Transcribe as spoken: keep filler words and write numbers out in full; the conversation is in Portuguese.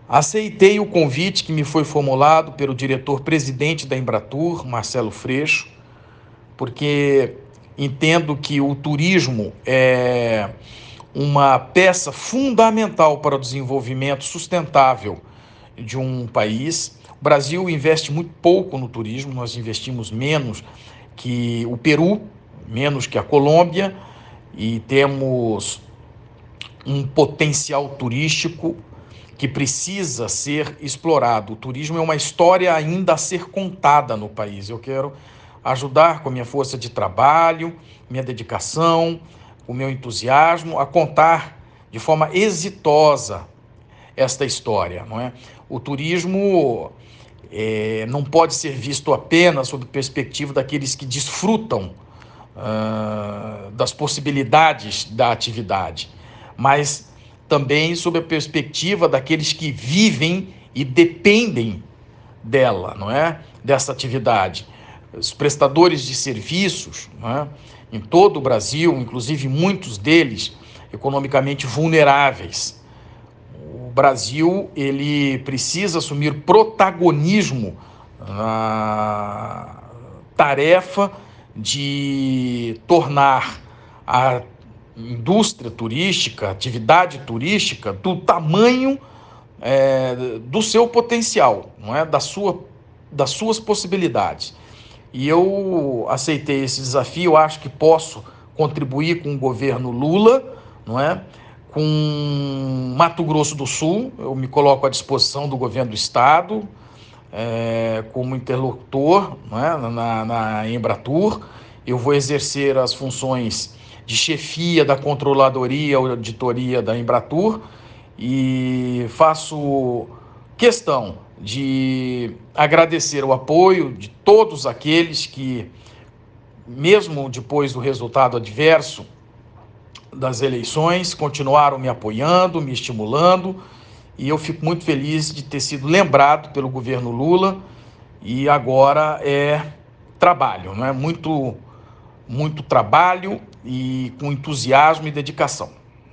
Aceitei o convite que me foi formulado pelo diretor-presidente da Embratur, Marcelo Freixo, porque entendo que o turismo é uma peça fundamental para o desenvolvimento sustentável de um país. O Brasil investe muito pouco no turismo, nós investimos menos que o Peru, menos que a Colômbia, e temos um potencial turístico que precisa ser explorado. O turismo é uma história ainda a ser contada no país. Eu quero ajudar com a minha força de trabalho, minha dedicação, o meu entusiasmo, a contar de forma exitosa esta história, não é? O turismo é, não pode ser visto apenas sob a perspectiva daqueles que desfrutam uh, das possibilidades da atividade, mas também sob a perspectiva daqueles que vivem e dependem dela, não é? Dessa atividade. Os prestadores de serviços, não é? Em todo o Brasil, inclusive muitos deles economicamente vulneráveis. O Brasil ele precisa assumir protagonismo na tarefa de tornar a indústria turística, atividade turística, do tamanho é, do seu potencial, não é? Da sua, das suas possibilidades. E eu aceitei esse desafio, acho que posso contribuir com o governo Lula, não é? Com Mato Grosso do Sul, eu me coloco à disposição do governo do estado, é, como interlocutor, não é? na, na Embratur. Eu vou exercer as funções de chefia da controladoria ou auditoria da Embratur e faço questão de agradecer o apoio de todos aqueles que, mesmo depois do resultado adverso das eleições, continuaram me apoiando, me estimulando, e eu fico muito feliz de ter sido lembrado pelo governo Lula. E agora é trabalho, não é? Muito, muito trabalho e com entusiasmo e dedicação.